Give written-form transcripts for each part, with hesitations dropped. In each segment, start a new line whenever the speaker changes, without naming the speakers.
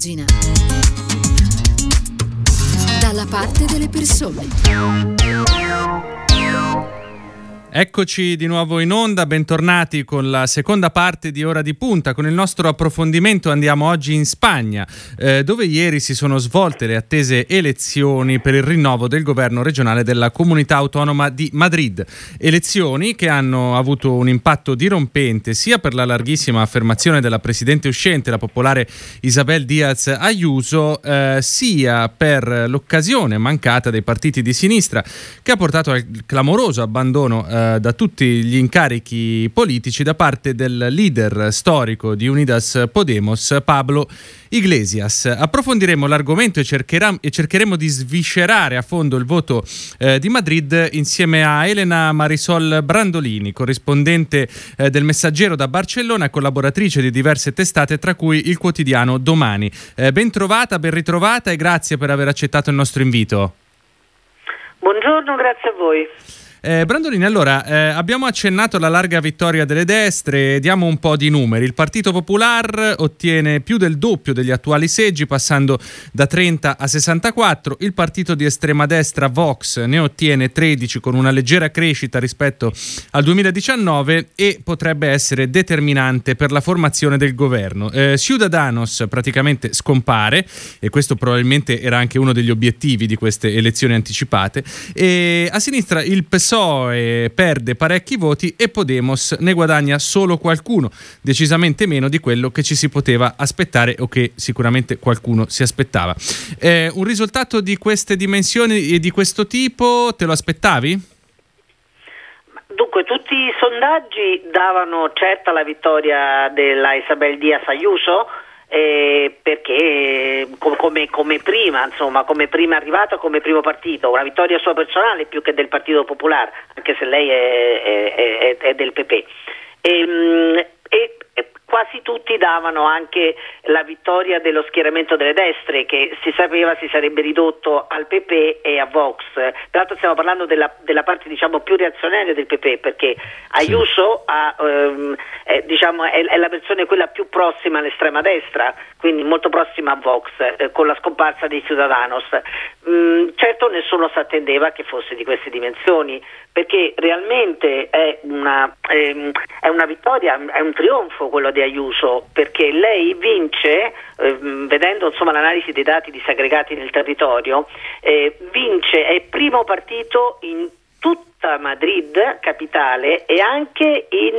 pagina. Dalla parte delle persone.
Eccoci di nuovo in onda, bentornati con la seconda parte di Ora di Punta. Con il nostro approfondimento andiamo oggi in Spagna, dove ieri si sono svolte le attese elezioni per il rinnovo del governo regionale della Comunità Autonoma di Madrid. Elezioni che hanno avuto un impatto dirompente sia per la larghissima affermazione della presidente uscente, la popolare Isabel Díaz Ayuso, sia per l'occasione mancata dei partiti di sinistra, che ha portato al clamoroso abbandono da tutti gli incarichi politici da parte del leader storico di Unidas Podemos, Pablo Iglesias. Approfondiremo l'argomento e cercheremo di sviscerare a fondo il voto di Madrid insieme a Elena Marisol Brandolini, corrispondente del Messaggero da Barcellona, collaboratrice di diverse testate, tra cui il quotidiano Domani. Ben trovata, ben ritrovata e grazie per aver accettato il nostro invito.
Buongiorno, grazie a voi.
Brandolini, allora, abbiamo accennato alla larga vittoria delle destre, diamo un po' di numeri. Il Partito Popular ottiene più del doppio degli attuali seggi, passando da 30 a 64. Il partito di estrema destra Vox ne ottiene 13, con una leggera crescita rispetto al 2019 e potrebbe essere determinante per la formazione del governo. Ciudadanos praticamente scompare, e questo probabilmente era anche uno degli obiettivi di queste elezioni anticipate. E a sinistra il PSOE perde parecchi voti e Podemos ne guadagna solo qualcuno, decisamente meno di quello che ci si poteva aspettare o che sicuramente qualcuno si aspettava. Un risultato di queste dimensioni e di questo tipo te lo aspettavi?
Dunque, tutti i sondaggi davano certa la vittoria della Isabel Díaz Ayuso, perché come prima, insomma, come prima arrivata, come primo partito, una vittoria sua personale più che del Partito Popolare, anche se lei è del PP. E quasi tutti davano anche la vittoria dello schieramento delle destre, che si sapeva si sarebbe ridotto al PP e a Vox. Tra l'altro stiamo parlando della parte, diciamo, più reazionaria del PP, perché Ayuso è la versione quella più prossima all'estrema destra, quindi molto prossima a Vox, con la scomparsa dei Ciudadanos. Certo nessuno si attendeva che fosse di queste dimensioni, perché realmente è una vittoria, è un trionfo quello di Ayuso, perché lei vince, vedendo insomma l'analisi dei dati disaggregati nel territorio, vince, è il primo partito in tutta Madrid capitale e anche in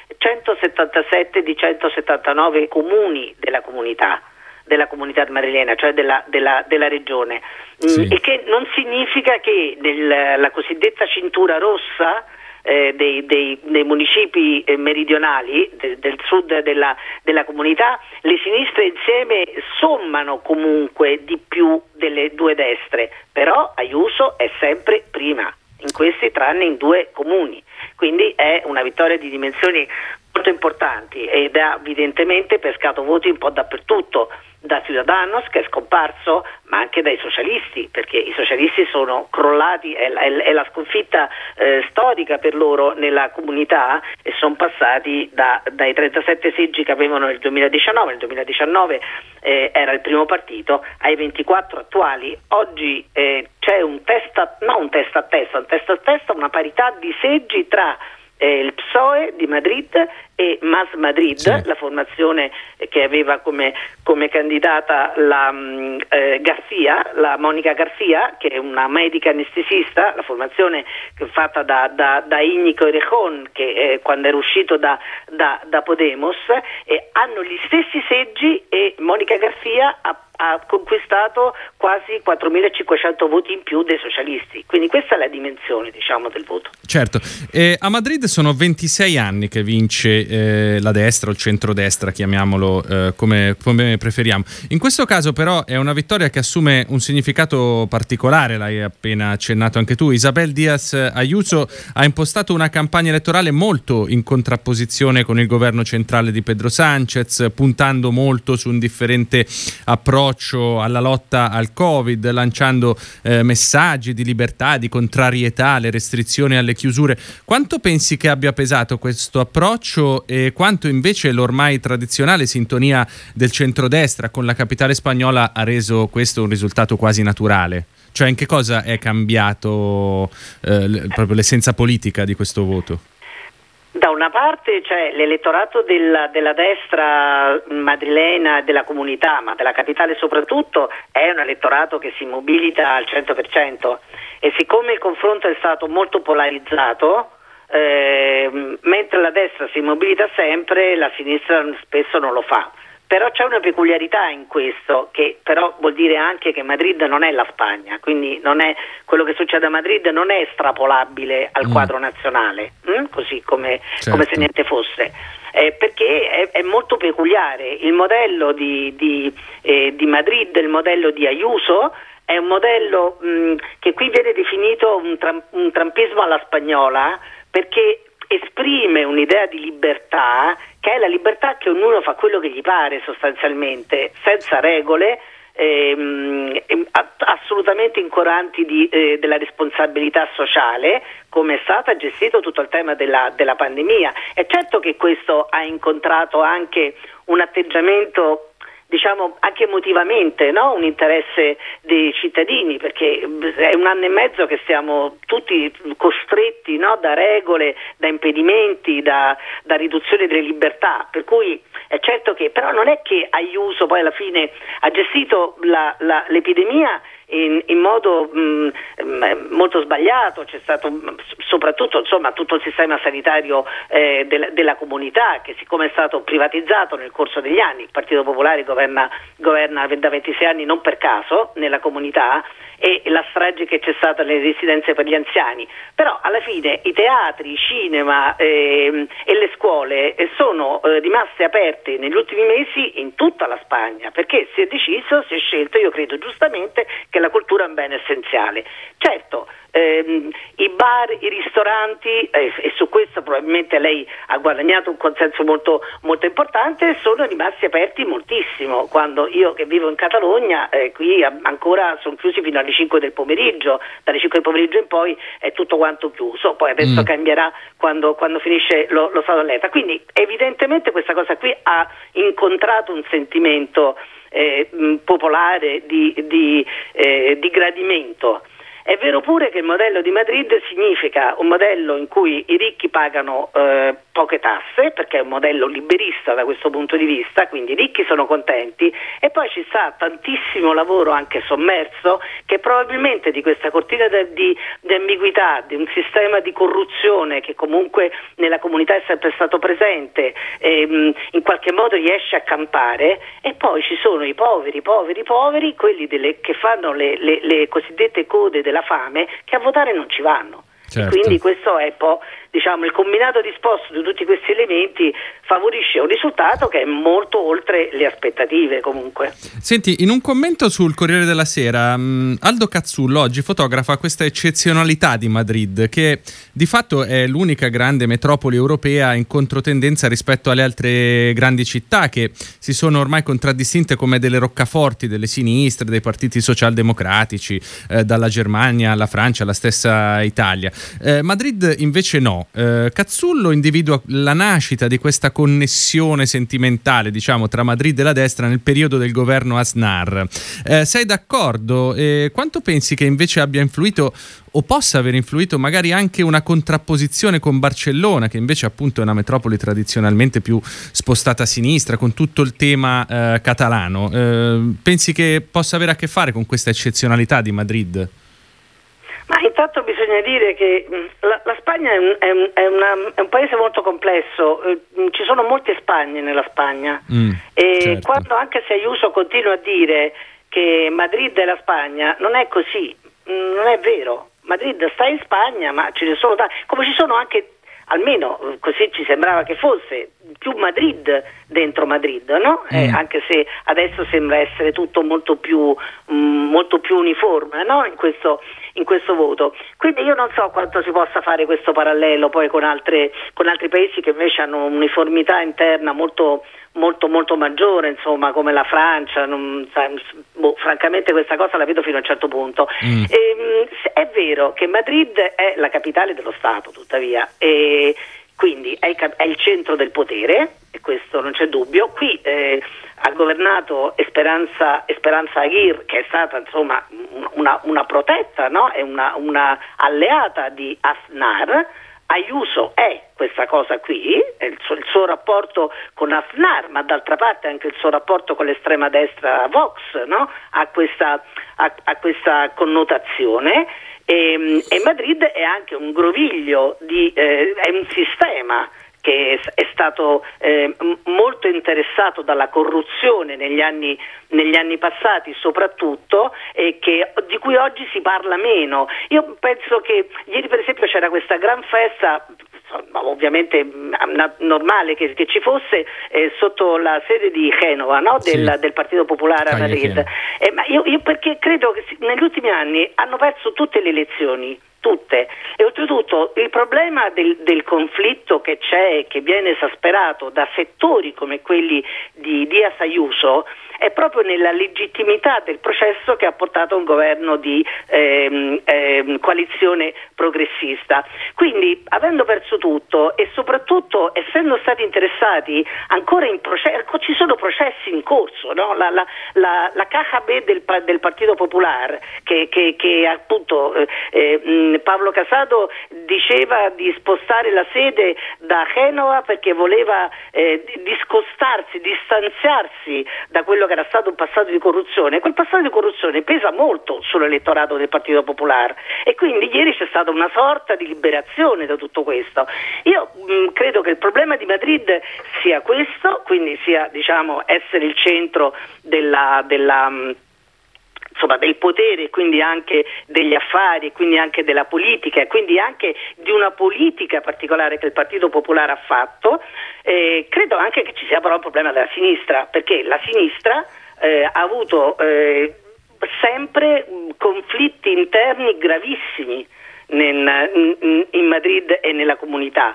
177 di 179 comuni della comunità madrilena, cioè della regione. Sì. E che non significa che la cosiddetta cintura rossa dei municipi meridionali del sud della comunità, le sinistre insieme sommano comunque di più delle due destre, però Ayuso è sempre prima in questi, tranne in due comuni, quindi è una vittoria di dimensioni molto importanti ed ha evidentemente pescato voti un po' dappertutto, da Ciudadanos, che è scomparso, ma anche dai socialisti, perché i socialisti sono crollati, è la sconfitta storica per loro nella comunità, e sono passati dai 37 seggi che avevano nel 2019. Nel 2019 era il primo partito, ai 24 attuali. Oggi c'è un testa a testa, una parità di seggi tra il PSOE di Madrid e Mas Madrid, sì, la formazione che aveva come candidata la Monica Garcia, che è una medica anestesista, la formazione fatta da Íñigo Errejón, che quando era uscito da Podemos, hanno gli stessi seggi, e Monica Garcia ha conquistato quasi 4.500 voti in più dei socialisti. Quindi questa è la dimensione, diciamo, del voto.
Certo. A Madrid sono 26 anni che vince la destra o il centrodestra, chiamiamolo come preferiamo. In questo caso però è una vittoria che assume un significato particolare, l'hai appena accennato anche tu. Isabel Díaz Ayuso ha impostato una campagna elettorale molto in contrapposizione con il governo centrale di Pedro Sánchez, puntando molto su un differente approccio approccio alla lotta al Covid, lanciando messaggi di libertà, di contrarietà alle restrizioni e alle chiusure. Quanto pensi che abbia pesato questo approccio e quanto invece l'ormai tradizionale sintonia del centrodestra con la capitale spagnola ha reso questo un risultato quasi naturale? Cioè, in che cosa è cambiato proprio l'essenza politica di questo voto?
Da una parte c'è l'elettorato della destra madrilena, della comunità, ma della capitale soprattutto, è un elettorato che si mobilita al 100%, e siccome il confronto è stato molto polarizzato, mentre la destra si mobilita sempre, la sinistra spesso non lo fa. Però c'è una peculiarità in questo, che però vuol dire anche che Madrid non è la Spagna, quindi non è quello che succede a Madrid non è estrapolabile al quadro nazionale, così come se niente fosse, perché è molto peculiare. Il modello di Madrid, il modello di Ayuso, è un modello che qui viene definito un trumpismo alla spagnola, perché esprime un'idea di libertà, che è la libertà che ognuno fa quello che gli pare sostanzialmente, senza regole, assolutamente incoranti della responsabilità sociale, come è stato gestito tutto il tema della pandemia. È certo che questo ha incontrato anche un atteggiamento, diciamo anche emotivamente, no? Un interesse dei cittadini, perché è 1 anno e mezzo che siamo tutti costretti, no? Da regole, da impedimenti, da riduzione delle libertà, per cui è certo che, però non è che Ayuso poi alla fine ha gestito l'epidemia in modo molto sbagliato. C'è stato soprattutto tutto il sistema sanitario della comunità, che siccome è stato privatizzato nel corso degli anni, il Partito Popolare governa da 26 anni non per caso nella comunità, e la strage che c'è stata nelle residenze per gli anziani. Però alla fine i teatri, i cinema e le scuole sono rimaste aperte negli ultimi mesi in tutta la Spagna, perché si è scelto, io credo giustamente, che la cultura è un bene essenziale. Certo, i bar, i ristoranti, e su questo probabilmente lei ha guadagnato un consenso molto, molto importante, sono rimasti aperti moltissimo. Quando io, che vivo in Catalogna, qui ancora sono chiusi fino alle 5 del pomeriggio, dalle 5 del pomeriggio in poi è tutto quanto chiuso, poi adesso cambierà quando finisce lo stato d'allerta. Quindi evidentemente questa cosa qui ha incontrato un sentimento popolare di gradimento. È vero pure che il modello di Madrid significa un modello in cui i ricchi pagano poche tasse, perché è un modello liberista da questo punto di vista, quindi i ricchi sono contenti, e poi ci sta tantissimo lavoro anche sommerso, che probabilmente di questa cortina di ambiguità, di un sistema di corruzione che comunque nella comunità è sempre stato presente, in qualche modo riesce a campare. E poi ci sono i poveri, quelli che fanno le cosiddette code della fame, che a votare non ci vanno. Certo. E quindi questo è il combinato disposto di tutti questi elementi favorisce un risultato che è molto oltre le aspettative comunque.
Senti, in un commento sul Corriere della Sera, Aldo Cazzullo oggi fotografa questa eccezionalità di Madrid, che di fatto è l'unica grande metropoli europea in controtendenza rispetto alle altre grandi città, che si sono ormai contraddistinte come delle roccaforti delle sinistre, dei partiti socialdemocratici, dalla Germania alla Francia, alla stessa Italia. Madrid invece no. Cazzullo individua la nascita di questa connessione sentimentale, diciamo, tra Madrid e la destra nel periodo del governo Aznar. Sei d'accordo? Quanto pensi che invece abbia influito o possa aver influito magari anche una contrapposizione con Barcellona, che invece appunto è una metropoli tradizionalmente più spostata a sinistra, con tutto il tema catalano? Pensi che possa avere a che fare con questa eccezionalità di Madrid?
Ma intanto bisogna dire che la Spagna è un paese molto complesso, ci sono molte Spagne nella Spagna, e certo. Quando, anche se Ayuso continua a dire che Madrid è la Spagna, non è così, non è vero. Madrid sta in Spagna, ma ce ne sono tanti, come ci sono anche almeno così ci sembrava che fosse, più Madrid dentro Madrid, no? Anche se adesso sembra essere tutto molto più uniforme, no? In questo voto. Quindi io non so quanto si possa fare questo parallelo poi con altri paesi che invece hanno un'uniformità interna molto maggiore, insomma, come la Francia. Francamente questa cosa la vedo fino a un certo punto. È vero che Madrid è la capitale dello Stato, tuttavia, e quindi è il centro del potere, e questo non c'è dubbio. Qui ha governato Esperanza Aguirre, che è stata insomma una protetta, no? È una alleata di Aznar. Ayuso è questa cosa qui, il suo rapporto con Aznar, ma d'altra parte anche il suo rapporto con l'estrema destra Vox, no? ha questa connotazione, e Madrid è anche un groviglio è un sistema che è stato molto interessato dalla corruzione negli anni passati soprattutto, e di cui oggi si parla meno. Io penso che ieri per esempio c'era questa gran festa, ovviamente normale che ci fosse, sotto la sede di Genova, no? del Partito Popolare a Madrid, ma io perché credo che negli ultimi anni hanno perso tutte le elezioni, tutte, e oltretutto il problema del conflitto che c'è, che viene esasperato da settori come quelli di Díaz Ayuso, è proprio nella legittimità del processo che ha portato a un governo di coalizione progressista. Quindi, avendo perso tutto e soprattutto essendo stati interessati ancora in ci sono processi in corso, no? La KGB del Partito Popolare, che appunto Pablo Casado diceva di spostare la sede da Genova perché voleva discostarsi, distanziarsi da quello che era stato un passato di corruzione. Quel passato di corruzione pesa molto sull'elettorato del Partito Popolare, e quindi ieri c'è stata una sorta di liberazione da tutto questo. Io credo che il problema di Madrid sia questo, quindi sia, diciamo, essere il centro del potere, quindi anche degli affari, e quindi anche della politica, e quindi anche di una politica particolare che il Partito Popolare ha fatto. Credo anche che ci sia però un problema della sinistra, perché la sinistra ha avuto sempre conflitti interni gravissimi in Madrid e nella comunità.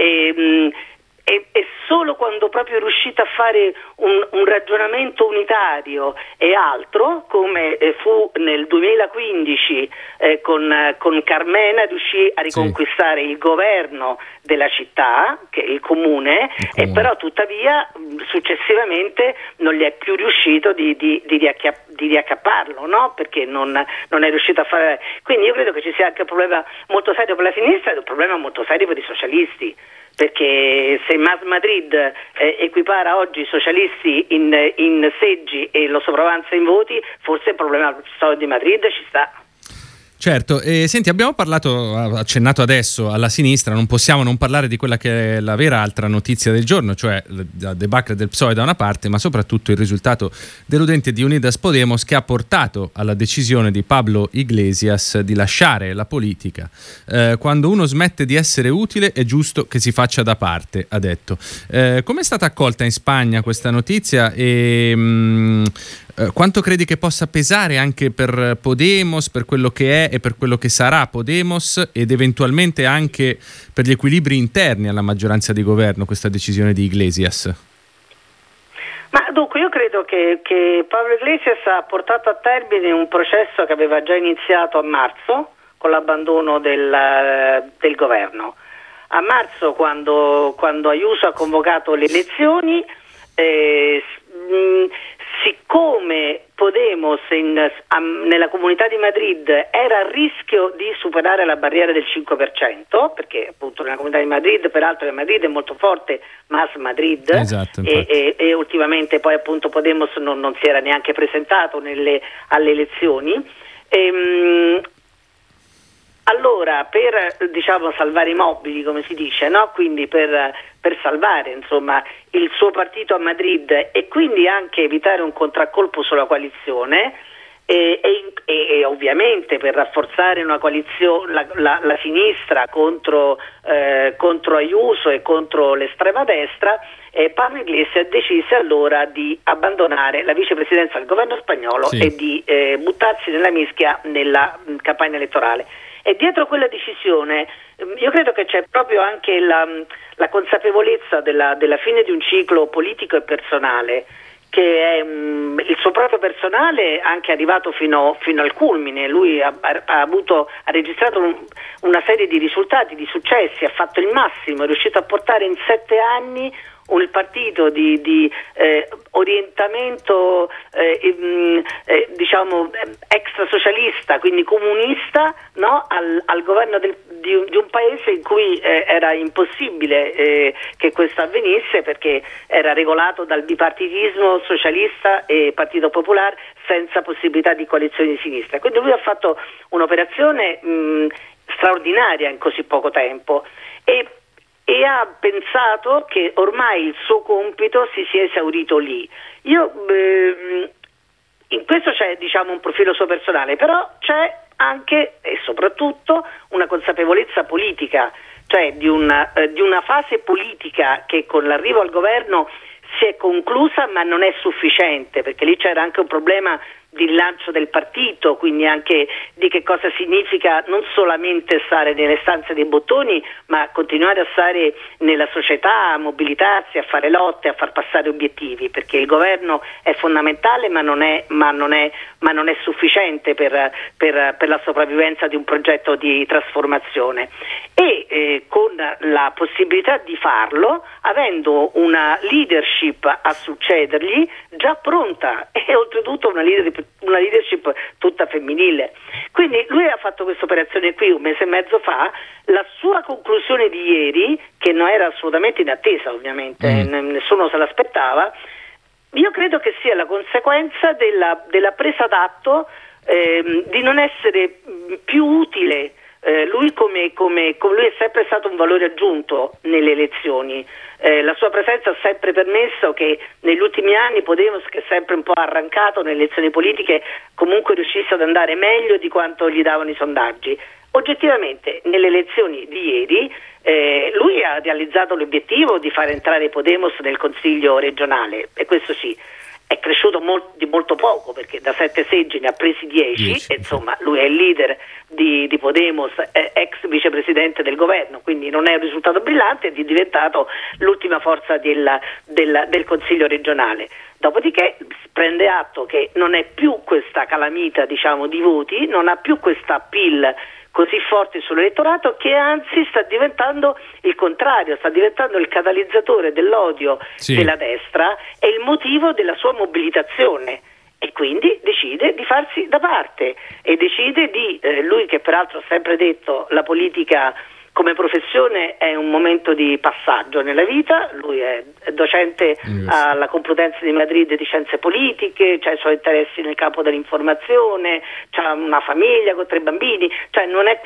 E solo quando proprio è riuscita a fare un ragionamento unitario e altro, come fu nel 2015 con Carmena, riuscì a riconquistare il governo della città, che è il comune, e però tuttavia successivamente non gli è più riuscito di riacchiapparlo, no? Perché non è riuscito a fare. Quindi io credo che ci sia anche un problema molto serio per la sinistra e un problema molto serio per i socialisti, perché se Mas Madrid equipara oggi i socialisti in seggi e lo sopravanza in voti, forse il problema di Madrid ci sta.
Certo, senti, abbiamo accennato adesso alla sinistra, non possiamo non parlare di quella che è la vera altra notizia del giorno, cioè la debacle del PSOE da una parte, ma soprattutto il risultato deludente di Unidas Podemos, che ha portato alla decisione di Pablo Iglesias di lasciare la politica. Quando uno smette di essere utile è giusto che si faccia da parte, ha detto. Come è stata accolta in Spagna questa notizia e quanto credi che possa pesare anche per Podemos, per quello che è e per quello che sarà Podemos, ed eventualmente anche per gli equilibri interni alla maggioranza di governo, questa decisione di Iglesias?
Ma dunque io credo che Pablo Iglesias ha portato a termine un processo che aveva già iniziato a marzo con l'abbandono del governo. A marzo, quando Ayuso ha convocato le elezioni, siccome Podemos nella Comunità di Madrid era a rischio di superare la barriera del 5%, perché appunto nella Comunità di Madrid, peraltro Madrid è molto forte, Mas Madrid,
esatto,
e ultimamente poi appunto Podemos non si era neanche presentato alle elezioni. Allora, per salvare i mobili, come si dice, no? Quindi per salvare insomma il suo partito a Madrid e quindi anche evitare un contraccolpo sulla coalizione, e ovviamente per rafforzare una coalizione, la sinistra contro Ayuso e contro l'estrema destra, Pablo Iglesias decise allora di abbandonare la vicepresidenza del governo spagnolo e di buttarsi nella mischia nella campagna elettorale. E dietro quella decisione io credo che c'è proprio anche la consapevolezza della fine di un ciclo politico e personale, che è il suo proprio personale, anche arrivato fino al culmine. Lui ha registrato una serie di risultati, di successi, ha fatto il massimo, è riuscito a portare in 7 anni un partito di orientamento diciamo extra socialista, quindi comunista, no? al governo di un paese in cui era impossibile che questo avvenisse, perché era regolato dal bipartitismo socialista e Partito Popolare senza possibilità di coalizione di sinistra. Quindi lui ha fatto un'operazione straordinaria in così poco tempo e ha pensato che ormai il suo compito si sia esaurito lì. In questo c'è, diciamo, un profilo suo personale, però c'è anche e soprattutto una consapevolezza politica, cioè di una fase politica che con l'arrivo al governo si è conclusa, ma non è sufficiente, perché lì c'era anche un problema di rilancio del partito, quindi anche di che cosa significa non solamente stare nelle stanze dei bottoni, ma continuare a stare nella società, a mobilitarsi, a fare lotte, a far passare obiettivi, perché il governo è fondamentale, ma non è sufficiente per la sopravvivenza di un progetto di trasformazione. E con la possibilità di farlo, avendo una leadership a succedergli già pronta e oltretutto una leadership tutta femminile. Quindi lui ha fatto questa operazione qui un mese e mezzo fa. La sua conclusione di ieri, che non era assolutamente inattesa ovviamente, nessuno se l'aspettava, io credo che sia la conseguenza della presa d'atto di non essere più utile. Lui come lui è sempre stato un valore aggiunto nelle elezioni. La sua presenza ha sempre permesso che negli ultimi anni Podemos, che è sempre un po' arrancato nelle elezioni politiche, comunque riuscisse ad andare meglio di quanto gli davano i sondaggi. Oggettivamente nelle elezioni di ieri lui ha realizzato l'obiettivo di far entrare Podemos nel Consiglio regionale, e questo sì, è cresciuto di molto poco, perché da 7 seggi ne ha presi 10 e insomma lui è il leader di Podemos, ex vicepresidente del governo, quindi non è un risultato brillante, ed è diventato l'ultima forza del Consiglio regionale. Dopodiché prende atto che non è più questa calamita, diciamo, di voti, non ha più questa appeal così forte sull'elettorato, che anzi sta diventando il contrario, sta diventando il catalizzatore dell'odio della destra e il motivo della sua mobilitazione, e quindi decide di farsi da parte e decide lui che peraltro ha sempre detto la politica come professione è un momento di passaggio nella vita. Lui è docente alla Complutense di Madrid di scienze politiche, ha i suoi interessi nel campo dell'informazione, ha una famiglia con 3 bambini, cioè non è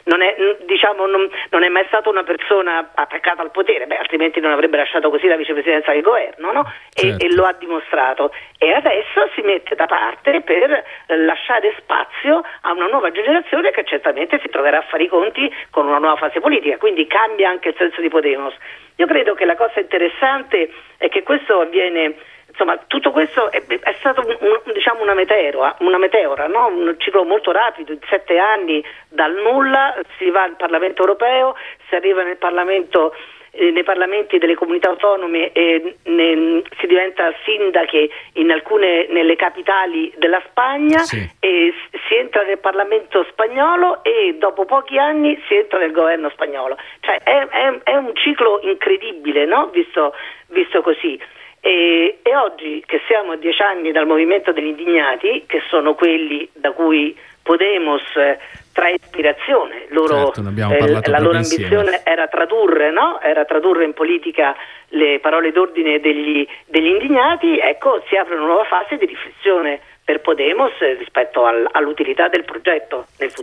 mai stata una persona attaccata al potere, altrimenti non avrebbe lasciato così la vicepresidenza del governo, no? Certo. E lo ha dimostrato, e adesso si mette da parte per lasciare spazio a una nuova generazione che certamente si troverà a fare i conti con una nuova fase politica, quindi cambia anche il senso di Podemos. Io credo che la cosa interessante è che questo avviene, insomma, tutto questo è stato una meteora, no? Un ciclo molto rapido, in 7 anni dal nulla si va al Parlamento europeo, si arriva nel Parlamento, nei parlamenti delle comunità autonome, si diventa sindache nelle capitali della Spagna, e si entra nel Parlamento spagnolo, e dopo pochi anni si entra nel governo spagnolo. Cioè è un ciclo incredibile, no? Visto così. E oggi che siamo a 10 anni dal movimento degli indignati, che sono quelli da cui Podemos trae ispirazione, la loro ambizione era tradurre in politica le parole d'ordine degli indignati. Ecco, si apre una nuova fase di riflessione per Podemos rispetto all'utilità del progetto nel futuro.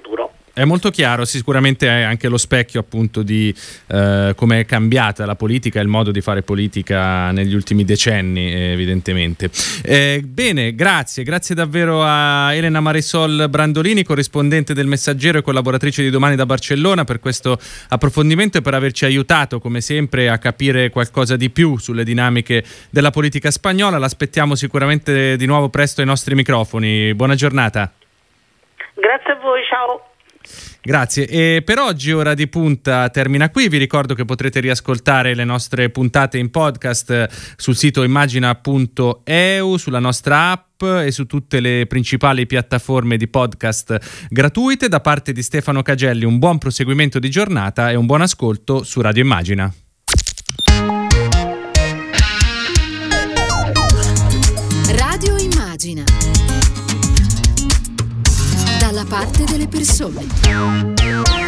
È molto chiaro, sicuramente è anche lo specchio appunto di come è cambiata la politica e il modo di fare politica negli ultimi decenni, evidentemente. Bene, grazie davvero a Elena Marisol Brandolini, corrispondente del Messaggero e collaboratrice di Domani da Barcellona, per questo approfondimento e per averci aiutato come sempre a capire qualcosa di più sulle dinamiche della politica spagnola. L'aspettiamo sicuramente di nuovo presto ai nostri microfoni. Buona giornata.
Grazie a voi, ciao.
Grazie, e per oggi Ora di Punta termina qui. Vi ricordo che potrete riascoltare le nostre puntate in podcast sul sito immagina.eu, sulla nostra app e su tutte le principali piattaforme di podcast gratuite. Da parte di Stefano Cagelli un buon proseguimento di giornata e un buon ascolto su Radio Immagina.
Radio Immagina. Dalla parte delle persone.